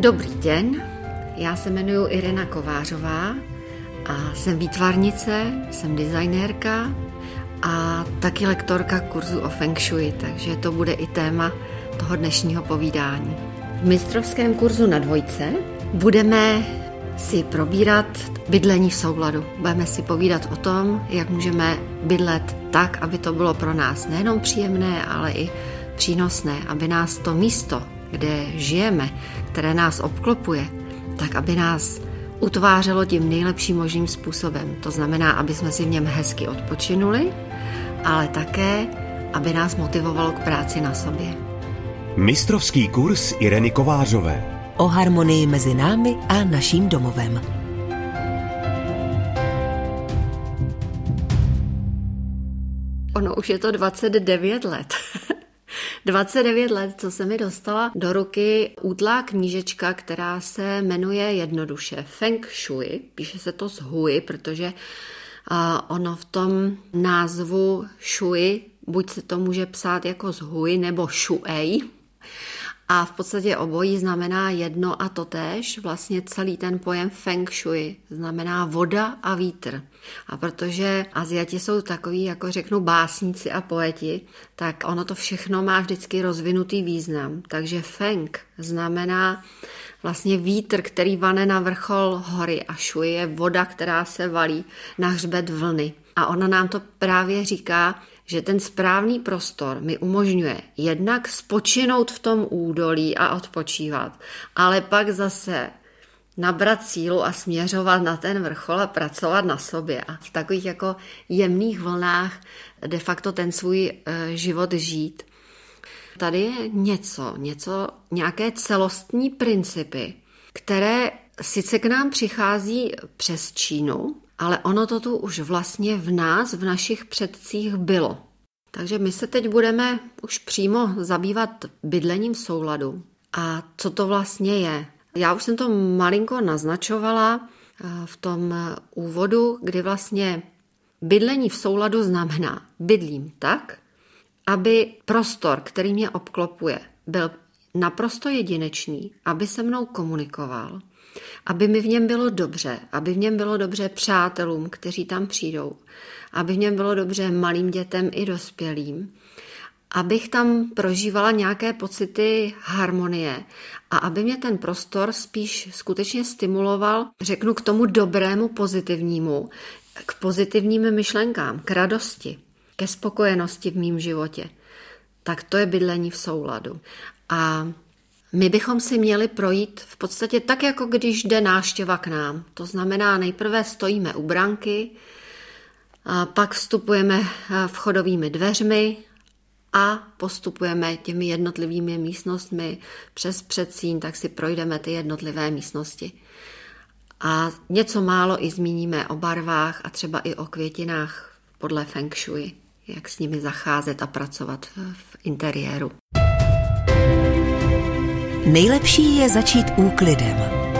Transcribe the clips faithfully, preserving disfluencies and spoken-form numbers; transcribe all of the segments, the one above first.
Dobrý den, já se jmenuji Irena Kovářová a jsem výtvarnice, jsem designérka a taky lektorka kurzu o Feng Shui, takže to bude i téma toho dnešního povídání. V mistrovském kurzu na dvojce budeme si probírat bydlení v souladu. Budeme si povídat o tom, jak můžeme bydlet tak, aby to bylo pro nás nejenom příjemné, ale i přínosné, aby nás to místo, kde žijeme, které nás obklopuje, tak aby nás utvářelo tím nejlepším možným způsobem. To znamená, aby jsme si v něm hezky odpočinuli, ale také, aby nás motivovalo k práci na sobě. Mistrovský kurz Ireny Kovářové. O harmonii mezi námi a naším domovem. Ono už je to dvacet devět let. dvacet devět let, co se mi dostala do ruky útlá knížečka, která se jmenuje jednoduše Feng Shui. Píše se to s hui, protože uh, ono v tom názvu Shui buď se to může psát jako s hui nebo shuei. A v podstatě obojí znamená jedno a totéž. Vlastně celý ten pojem Feng Shui znamená voda a vítr. A protože Asiati jsou takový, jako řeknu, básníci a poeti, tak ono to všechno má vždycky rozvinutý význam. Takže Feng znamená vlastně vítr, který vane na vrchol hory a Shui je voda, která se valí na hřbet vlny. A ona nám to právě říká, že ten správný prostor mi umožňuje jednak spočinout v tom údolí a odpočívat, ale pak zase nabrat sílu a směřovat na ten vrchol a pracovat na sobě a v takových jako jemných vlnách de facto ten svůj e, život žít. Tady je něco, něco, nějaké celostní principy, které sice k nám přichází přes Čínu, ale ono to tu už vlastně v nás, v našich předcích bylo. Takže my se teď budeme už přímo zabývat bydlením v souladu. A co to vlastně je? Já už jsem to malinko naznačovala v tom úvodu, kdy vlastně bydlení v souladu znamená bydlím tak, aby prostor, který mě obklopuje, byl naprosto jedinečný, aby se mnou komunikoval, aby mi v něm bylo dobře, aby v něm bylo dobře přátelům, kteří tam přijdou, aby v něm bylo dobře malým dětem i dospělým, abych tam prožívala nějaké pocity harmonie a aby mě ten prostor spíš skutečně stimuloval, řeknu, k tomu dobrému, pozitivnímu, k pozitivním myšlenkám, k radosti, ke spokojenosti v mém životě. Tak to je bydlení v souladu. A my bychom si měli projít v podstatě tak, jako když jde návštěva k nám. To znamená, nejprve stojíme u branky, a pak vstupujeme vchodovými dveřmi a postupujeme těmi jednotlivými místnostmi přes předsíň, tak si projdeme ty jednotlivé místnosti. A něco málo i zmíníme o barvách a třeba i o květinách podle Feng Shui, jak s nimi zacházet a pracovat v interiéru. Nejlepší je začít úklidem.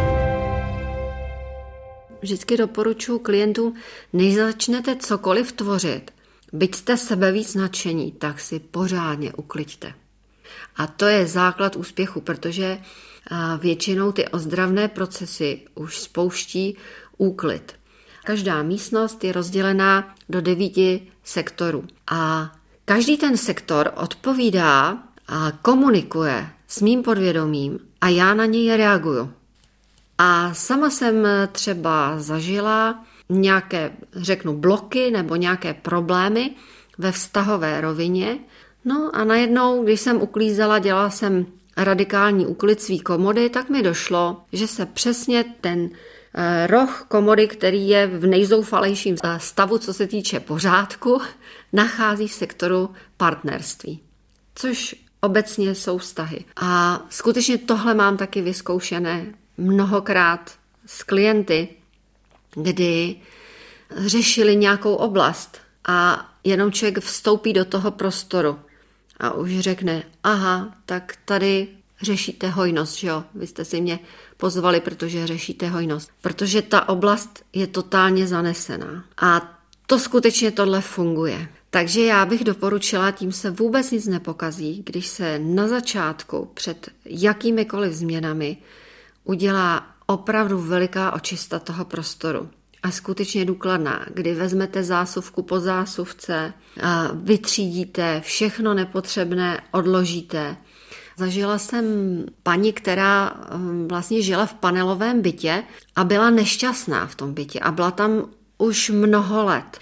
Vždycky doporučuji klientům, než začnete cokoliv tvořit, byť jste sebevíc nadšení, tak si pořádně ukliďte. A to je základ úspěchu, protože většinou ty ozdravné procesy už spouští úklid. Každá místnost je rozdělená do devíti sektorů a každý ten sektor odpovídá a komunikuje s mým podvědomím a já na něj reaguju. A sama jsem třeba zažila nějaké, řeknu, bloky nebo nějaké problémy ve vztahové rovině. No a najednou, když jsem uklízela, dělala jsem radikální úklid svý komody, tak mi došlo, že se přesně ten roh komody, který je v nejzoufalejším stavu, co se týče pořádku, nachází v sektoru partnerství. Což obecně jsou vztahy. A skutečně tohle mám taky vyzkoušené mnohokrát s klienty, kdy řešili nějakou oblast a jenom člověk vstoupí do toho prostoru a už řekne, aha, tak tady řešíte hojnost, že jo? Vy jste si mě pozvali, protože řešíte hojnost. Protože ta oblast je totálně zanesená. A to skutečně tohle funguje. Takže já bych doporučila, tím se vůbec nic nepokazí, když se na začátku před jakýmikoliv změnami udělá opravdu veliká očista toho prostoru. A skutečně důkladná, kdy vezmete zásuvku po zásuvce, vytřídíte, všechno nepotřebné odložíte. Zažila jsem paní, která vlastně žila v panelovém bytě a byla nešťastná v tom bytě a byla tam už mnoho let.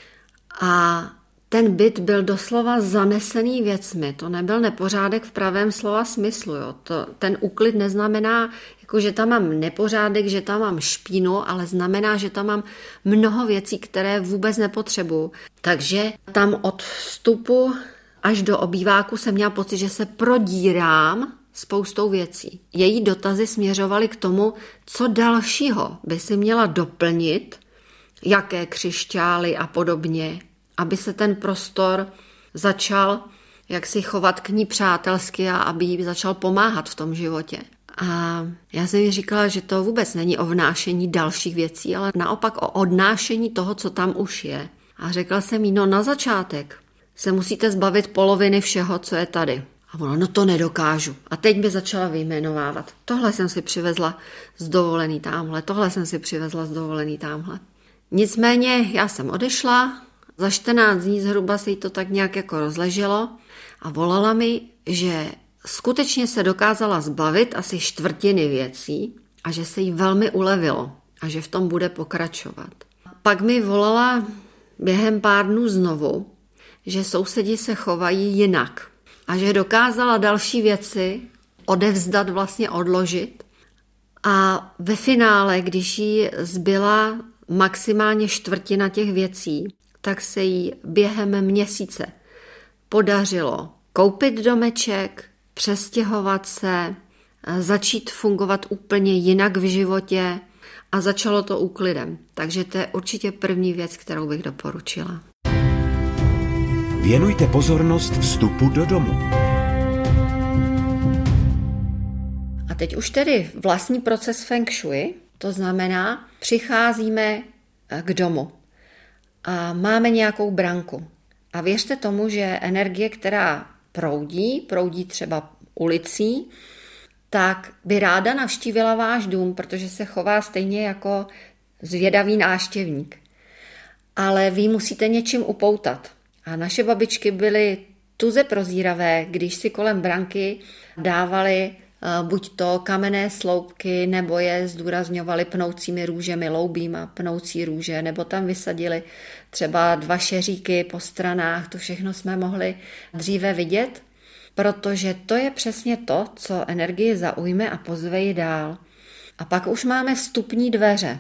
A ten byt byl doslova zanesený věcmi, to nebyl nepořádek v pravém slova smyslu. Jo. To, ten úklid neznamená, jako, že tam mám nepořádek, že tam mám špínu, ale znamená, že tam mám mnoho věcí, které vůbec nepotřebuju. Takže tam od vstupu až do obýváku jsem měla pocit, že se prodírám spoustou věcí. Její dotazy směřovaly k tomu, co dalšího by si měla doplnit, jaké křišťály a podobně, aby se ten prostor začal jak si chovat k ní přátelsky a aby jí začal pomáhat v tom životě. A já jsem jí říkala, že to vůbec není o vnášení dalších věcí, ale naopak o odnášení toho, co tam už je. A řekla jsem jí, no na začátek se musíte zbavit poloviny všeho, co je tady. A ona, no to nedokážu. A teď by začala vyjmenovávat. Tohle jsem si přivezla z dovolený támhle, tohle jsem si přivezla z dovolený támhle. Nicméně já jsem odešla, za čtrnáct dní zhruba se jí to tak nějak jako rozleželo a volala mi, že skutečně se dokázala zbavit asi čtvrtiny věcí a že se jí velmi ulevilo a že v tom bude pokračovat. Pak mi volala během pár dnů znovu, že sousedi se chovají jinak a že dokázala další věci odevzdat, vlastně odložit. A ve finále, když jí zbyla maximálně čtvrtina těch věcí, tak se jí během měsíce podařilo koupit domeček, přestěhovat se, začít fungovat úplně jinak v životě a začalo to úklidem. Takže to je určitě první věc, kterou bych doporučila. Věnujte pozornost vstupu do domu. A teď už tedy vlastní proces feng shui, to znamená, přicházíme k domu a máme nějakou branku. A věřte tomu, že energie, která proudí, proudí třeba ulicí, tak by ráda navštívila váš dům, protože se chová stejně jako zvědavý návštěvník. Ale vy musíte něčím upoutat. A naše babičky byly tuze prozíravé, když si kolem branky dávali buď to kamenné sloupky, nebo je zdůrazňovali pnoucími růžemi, loubíma pnoucí růže, nebo tam vysadili třeba dva šeříky po stranách, to všechno jsme mohli dříve vidět, protože to je přesně to, co energii zaujme a pozve ji dál. A pak už máme vstupní dveře.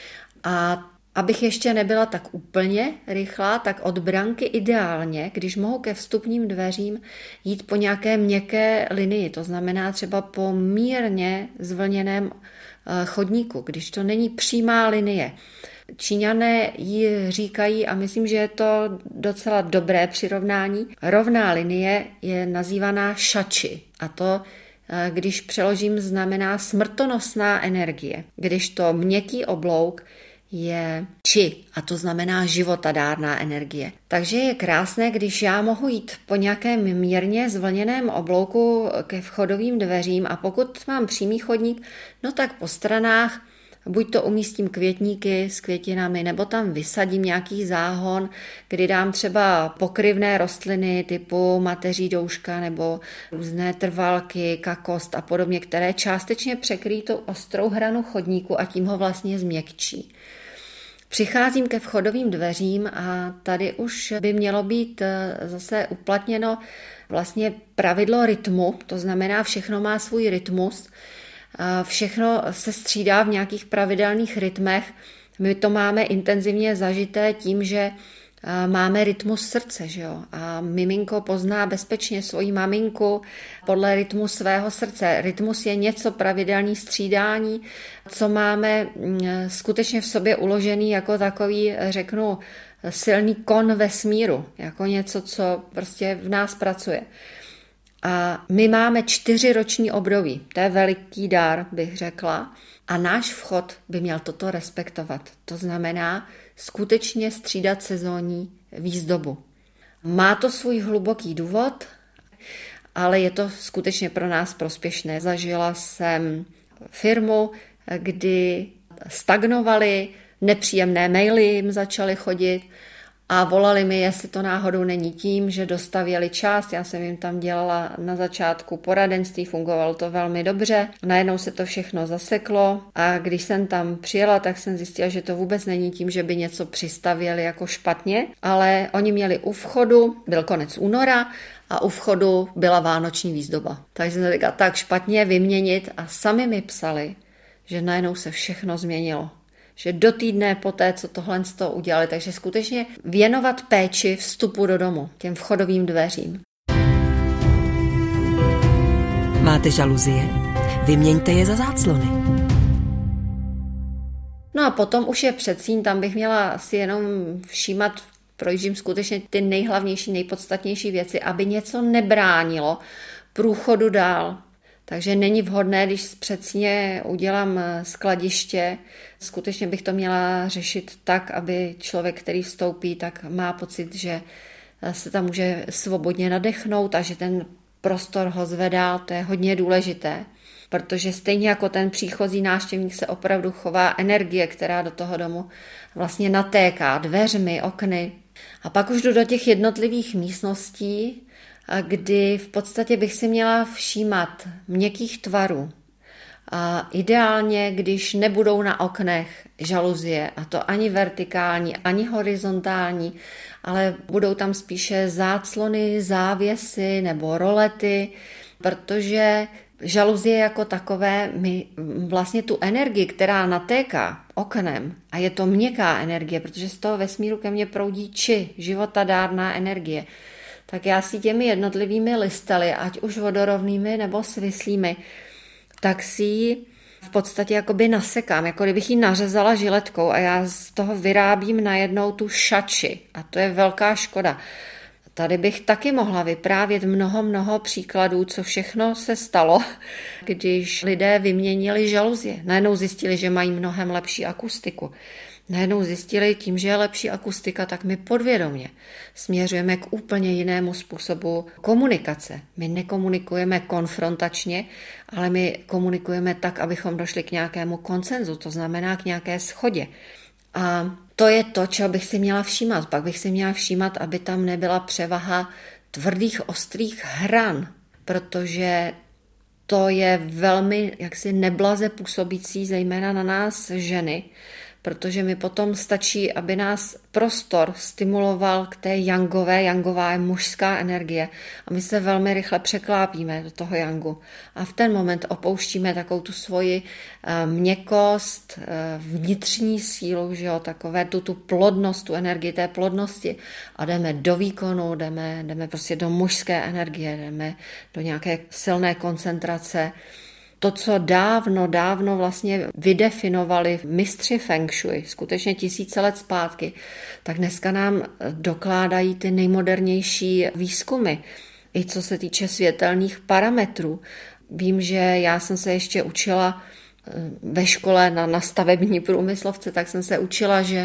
A abych ještě nebyla tak úplně rychlá, tak od branky ideálně, když mohu ke vstupním dveřím jít po nějaké měkké linii, to znamená třeba po mírně zvlněném chodníku, když to není přímá linie. Číňané ji říkají, a myslím, že je to docela dobré přirovnání, rovná linie je nazývaná šači a to, když přeložím, znamená smrtonosná energie, když to měkký oblouk je či, a to znamená životadárná energie. Takže je krásné, když já mohu jít po nějakém mírně zvlněném oblouku ke vchodovým dveřím a pokud mám přímý chodník, no tak po stranách buď to umístím květníky s květinami, nebo tam vysadím nějaký záhon, kdy dám třeba pokryvné rostliny typu mateří douška nebo různé trvalky, kakost a podobně, které částečně překryjí tu ostrou hranu chodníku a tím ho vlastně změkčí. Přicházím ke vchodovým dveřím a tady už by mělo být zase uplatněno vlastně pravidlo rytmu, to znamená všechno má svůj rytmus, všechno se střídá v nějakých pravidelných rytmech. My to máme intenzivně zažité tím, že máme rytmus srdce, že jo? A miminko pozná bezpečně svoji maminku podle rytmu svého srdce. Rytmus je něco pravidelný střídání, co máme skutečně v sobě uložený jako takový, řeknu, silný kon vesmíru, jako něco, co prostě v nás pracuje. A my máme čtyřiroční období, to je veliký dar, bych řekla, a náš vchod by měl toto respektovat. To znamená skutečně střídat sezónní výzdobu. Má to svůj hluboký důvod, ale je to skutečně pro nás prospěšné. Zažila jsem firmu, kdy stagnovaly, nepříjemné maily jim začaly chodit a volali mi, jestli to náhodou není tím, že dostavěli část. Já jsem jim tam dělala na začátku poradenství, fungovalo to velmi dobře. Najednou se to všechno zaseklo a když jsem tam přijela, tak jsem zjistila, že to vůbec není tím, že by něco přistavěli jako špatně, ale oni měli u vchodu, byl konec února, a u vchodu byla vánoční výzdoba. Takže jsem říkala, tak špatně vyměnit a sami mi psali, že najednou se všechno změnilo. Že do týdne poté, co tohle z toho udělali, takže skutečně věnovat péči vstupu do domu, těm vchodovým dveřím. Máte žaluzie? Vyměňte je za záclony. No a potom už je předsíň, tam bych měla si jenom všímat, projíždím skutečně ty nejhlavnější, nejpodstatnější věci, aby něco nebránilo průchodu dál. Takže není vhodné, když z předsíně udělám skladiště, skutečně bych to měla řešit tak, aby člověk, který vstoupí, tak má pocit, že se tam může svobodně nadechnout a že ten prostor ho zvedá, to je hodně důležité. Protože stejně jako ten příchozí návštěvník se opravdu chová energie, která do toho domu vlastně natéká dveřmi, okny. A pak už jdu do těch jednotlivých místností, kdy v podstatě bych si měla všímat měkkých tvarů. A ideálně, když nebudou na oknech žaluzie, a to ani vertikální, ani horizontální, ale budou tam spíše záclony, závěsy nebo rolety, protože žaluzie jako takové mi vlastně tu energii, která natéká oknem, a je to měkká energie, protože z toho vesmíru ke mně proudí či životadárná energie, tak já si těmi jednotlivými listely, ať už vodorovnými nebo svislými, tak si ji v podstatě jakoby nasekám, jako kdybych ji nařezala žiletkou a já z toho vyrábím najednou tu šači a to je velká škoda. Tady bych taky mohla vyprávět mnoho, mnoho příkladů, co všechno se stalo, když lidé vyměnili žaluzie. Najednou zjistili, že mají mnohem lepší akustiku. Najednou zjistili, tím, že je lepší akustika, tak my podvědomě směřujeme k úplně jinému způsobu komunikace. My nekomunikujeme konfrontačně, ale my komunikujeme tak, abychom došli k nějakému konsenzu, to znamená k nějaké shodě. A to je to, čeho bych si měla všímat. Pak bych si měla všímat, aby tam nebyla převaha tvrdých, ostrých hran, protože to je velmi jaksi neblaze působící, zejména na nás ženy, protože mi potom stačí, aby nás prostor stimuloval k té jangové, jangová je mužská energie a my se velmi rychle překlápíme do toho jangu a v ten moment opouštíme takovou tu svoji měkkost, vnitřní sílu, že jo, takové tu, tu plodnost, tu energii té plodnosti a jdeme do výkonu, jdeme, jdeme prostě do mužské energie, jdeme do nějaké silné koncentrace. To, co dávno, dávno vlastně vydefinovali mistři Feng Shui, skutečně tisíce let zpátky, tak dneska nám dokládají ty nejmodernější výzkumy, i co se týče světelných parametrů. Vím, že já jsem se ještě učila ve škole na, na stavební průmyslovce, tak jsem se učila, že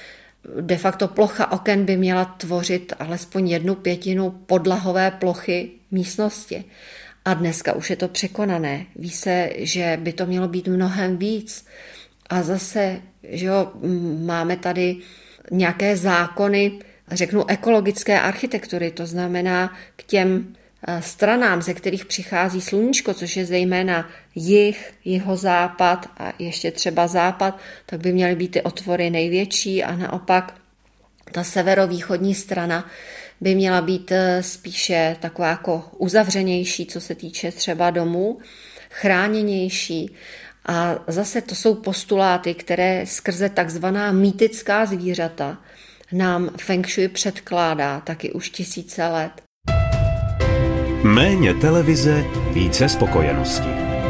de facto plocha oken by měla tvořit alespoň jednu pětinu podlahové plochy místnosti. A dneska už je to překonané. Ví se, že by to mělo být mnohem víc. A zase, že jo, máme tady nějaké zákony, řeknu ekologické architektury, to znamená k těm stranám, ze kterých přichází sluníčko, což je zejména jih, jihozápad a ještě třeba západ, tak by měly být ty otvory největší a naopak ta severovýchodní strana by měla být spíše taková jako uzavřenější, co se týče třeba domů, chráněnější. A zase to jsou postuláty, které skrze takzvaná mýtická zvířata nám Feng Shui předkládá taky už tisíce let. Méně televize, více spokojenosti.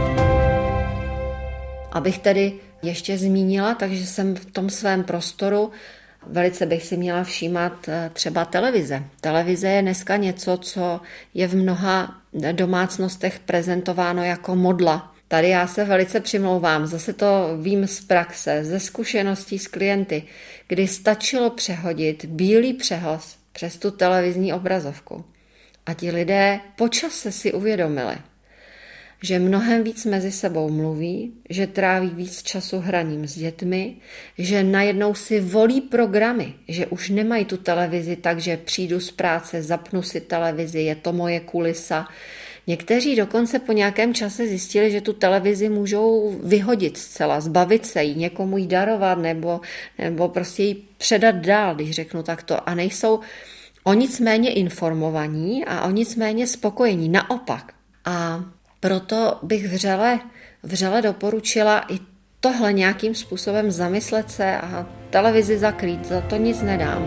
Abych tedy ještě zmínila, takže jsem v tom svém prostoru velice bych si měla všímat třeba televize. Televize je dneska něco, co je v mnoha domácnostech prezentováno jako modla. Tady já se velice přimlouvám, zase to vím z praxe, ze zkušeností s klienty, kdy stačilo přehodit bílý přehlas přes tu televizní obrazovku. A ti lidé po čase si uvědomili, že mnohem víc mezi sebou mluví, že tráví víc času hraním s dětmi, že najednou si volí programy, že už nemají tu televizi, takže přijdu z práce, zapnu si televizi, je to moje kulisa. Někteří dokonce po nějakém čase zjistili, že tu televizi můžou vyhodit zcela, zbavit se jí, někomu jí darovat nebo, nebo prostě ji předat dál, když řeknu takto. A nejsou o nic méně informovaní a o nic méně spokojení, naopak. A proto bych vřele, vřele doporučila i tohle nějakým způsobem zamyslet se a televizi zakrýt, za to nic nedám.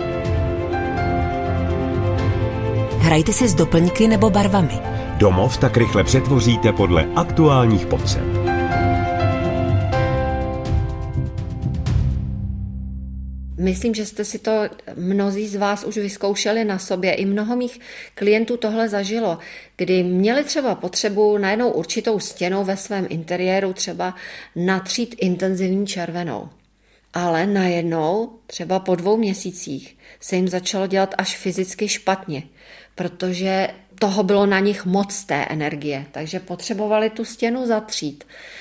Hrajte si s doplňky nebo barvami. Domov tak rychle přetvoříte podle aktuálních potřeb. Myslím, že jste si to mnozí z vás už vyzkoušeli na sobě. I mnoho mých klientů tohle zažilo, kdy měli třeba potřebu na jednou určitou stěnou ve svém interiéru třeba natřít intenzivní červenou. Ale najednou, třeba po dvou měsících, se jim začalo dělat až fyzicky špatně, protože toho bylo na nich moc té energie, takže potřebovali tu stěnu zatřít.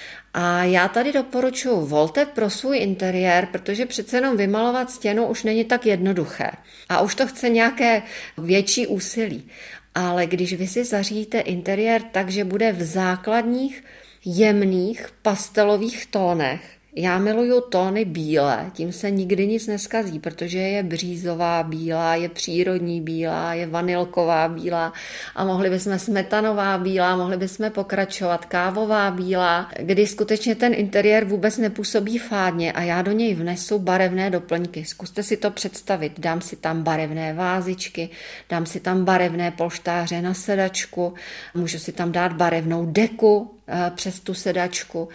A já tady doporučuji, volte pro svůj interiér, protože přece jenom vymalovat stěnu už není tak jednoduché. A už to chce nějaké větší úsilí. Ale když vy si zařídíte interiér tak, že bude v základních, jemných, pastelových tónech, já miluju tóny bílé, tím se nikdy nic neskazí, protože je břízová bílá, je přírodní bílá, je vanilková bílá a mohli bychom smetanová bílá, mohli bychom pokračovat kávová bílá, kdy skutečně ten interiér vůbec nepůsobí fádně a já do něj vnesu barevné doplňky. Zkuste si to představit, dám si tam barevné vázičky, dám si tam barevné polštáře na sedačku, můžu si tam dát barevnou deku e, přes tu sedačku.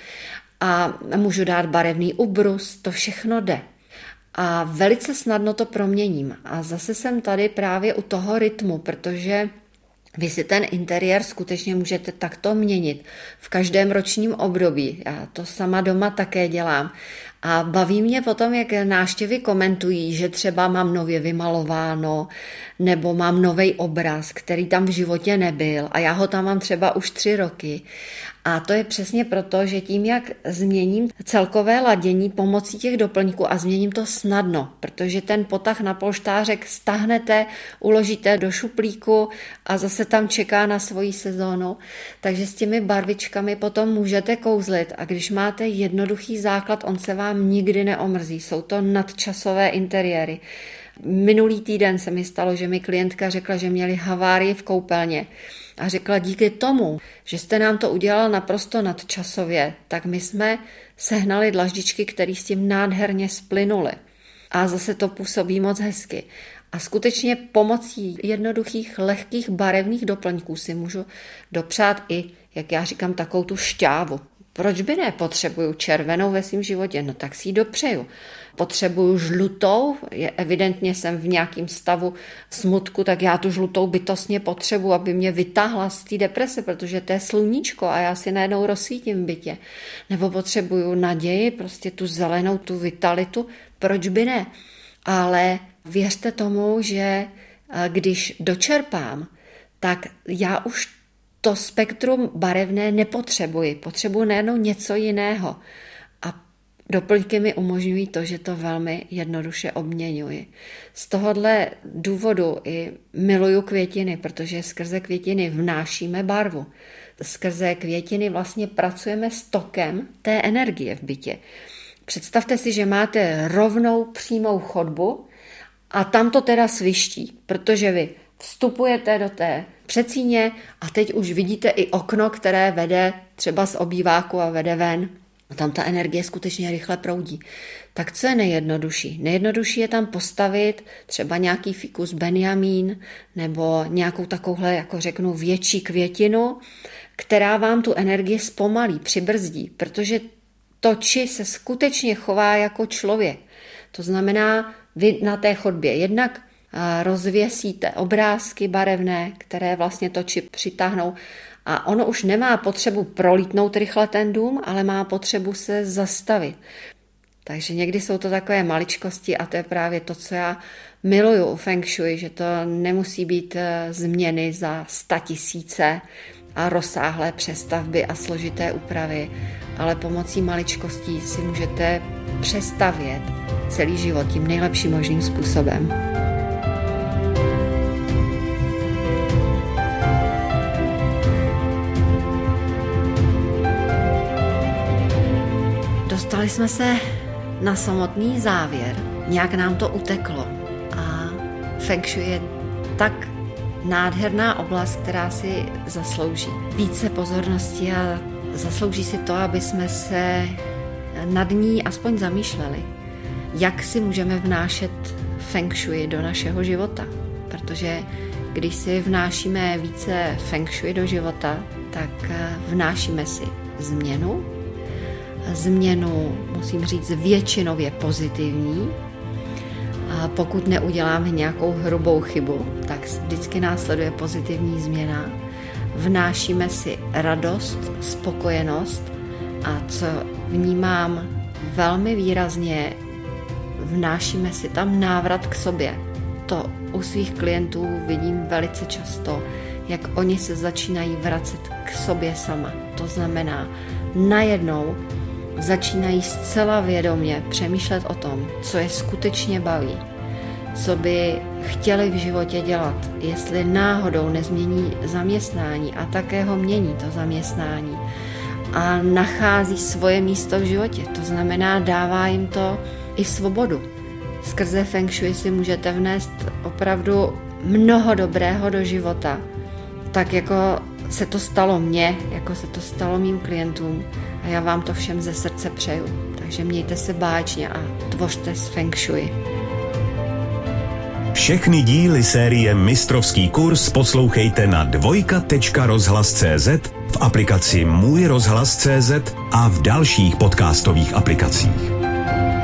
A můžu dát barevný ubrus, to všechno jde. A velice snadno to proměním. A zase jsem tady právě u toho rytmu, protože vy si ten interiér skutečně můžete takto měnit v každém ročním období. Já to sama doma také dělám. A baví mě potom, jak návštěvy komentují, že třeba mám nově vymalováno, nebo mám nový obraz, který tam v životě nebyl a já ho tam mám třeba už tři roky. A to je přesně proto, že tím, jak změním celkové ladění pomocí těch doplňků a změním to snadno, protože ten potah na polštářek stáhnete, uložíte do šuplíku a zase tam čeká na svoji sezónu. Takže s těmi barvičkami potom můžete kouzlit a když máte jednoduchý základ, on se vám nikdy neomrzí. Jsou to nadčasové interiéry. Minulý týden se mi stalo, že mi klientka řekla, že měli havárii v koupelně a řekla, díky tomu, že jste nám to udělal naprosto nadčasově, tak my jsme sehnali dlaždičky, které s tím nádherně splynuly. A zase to působí moc hezky. A skutečně pomocí jednoduchých, lehkých barevných doplňků si můžu dopřát i, jak já říkám, takovou tu šťávu. Proč by ne? Potřebuju červenou ve svém životě, no tak si ji dopřeju. Potřebuju žlutou, je, evidentně jsem v nějakém stavu smutku, tak já tu žlutou bytostně potřebuji, aby mě vytáhla z té deprese, protože to je sluníčko a já si najednou rozsvítím v bytě. Nebo potřebuju naději, prostě tu zelenou, tu vitalitu, proč by ne? Ale věřte tomu, že když dočerpám, tak já už to spektrum barevné nepotřebuji. Potřebuji najednou něco jiného. A doplňky mi umožňují to, že to velmi jednoduše obměňuji. Z tohohle důvodu i miluju květiny, protože skrze květiny vnášíme barvu. Skrze květiny vlastně pracujeme s tokem té energie v bytě. Představte si, že máte rovnou přímou chodbu a tam to teda sviští, protože vy vstupujete do té předsíně a teď už vidíte i okno, které vede třeba z obýváku a vede ven. A tam ta energie skutečně rychle proudí. Tak co je nejjednodušší? Nejjednodušší je tam postavit třeba nějaký fikus benjamín nebo nějakou takovouhle, jako řeknu, větší květinu, která vám tu energii zpomalí, přibrzdí, protože to či se skutečně chová jako člověk. To znamená, vy na té chodbě jednak rozvěsíte obrázky barevné, které vlastně to či přitáhnou a ono už nemá potřebu prolítnout rychle ten dům, ale má potřebu se zastavit. Takže někdy jsou to takové maličkosti a to je právě to, co já miluju u Feng Shui, že to nemusí být změny za statisíce, a rozsáhlé přestavby a složité úpravy, ale pomocí maličkostí si můžete přestavět celý život tím nejlepším možným způsobem. Dostali jsme se na samotný závěr, nějak nám to uteklo a Feng Shui je tak nádherná oblast, která si zaslouží více pozornosti a zaslouží si to, aby jsme se nad ní aspoň zamýšleli, jak si můžeme vnášet Feng Shui do našeho života. Protože když si vnášíme více Feng Shui do života, tak vnášíme si změnu, změnu, musím říct, většinově pozitivní. A pokud neuděláme nějakou hrubou chybu, tak vždycky následuje pozitivní změna. Vnášíme si radost, spokojenost a co vnímám velmi výrazně, vnášíme si tam návrat k sobě. To u svých klientů vidím velice často, jak oni se začínají vracet k sobě sama. To znamená, najednou začínají zcela vědomě přemýšlet o tom, co je skutečně baví, co by chtěli v životě dělat, jestli náhodou nezmění zaměstnání a také ho mění to zaměstnání a nachází svoje místo v životě. To znamená, dává jim to i svobodu. Skrze Feng Shui si můžete vnést opravdu mnoho dobrého do života, tak jako se to stalo mně, jako se to stalo mým klientům a já vám to všem ze srdce přeju. Takže mějte se báječně a tvořte s Feng Shui. Všechny díly série Mistrovský kurz poslouchejte na dvojka tečka rozhlas tečka cé zet, v aplikaci Můj rozhlas tečka cé zet a v dalších podcastových aplikacích.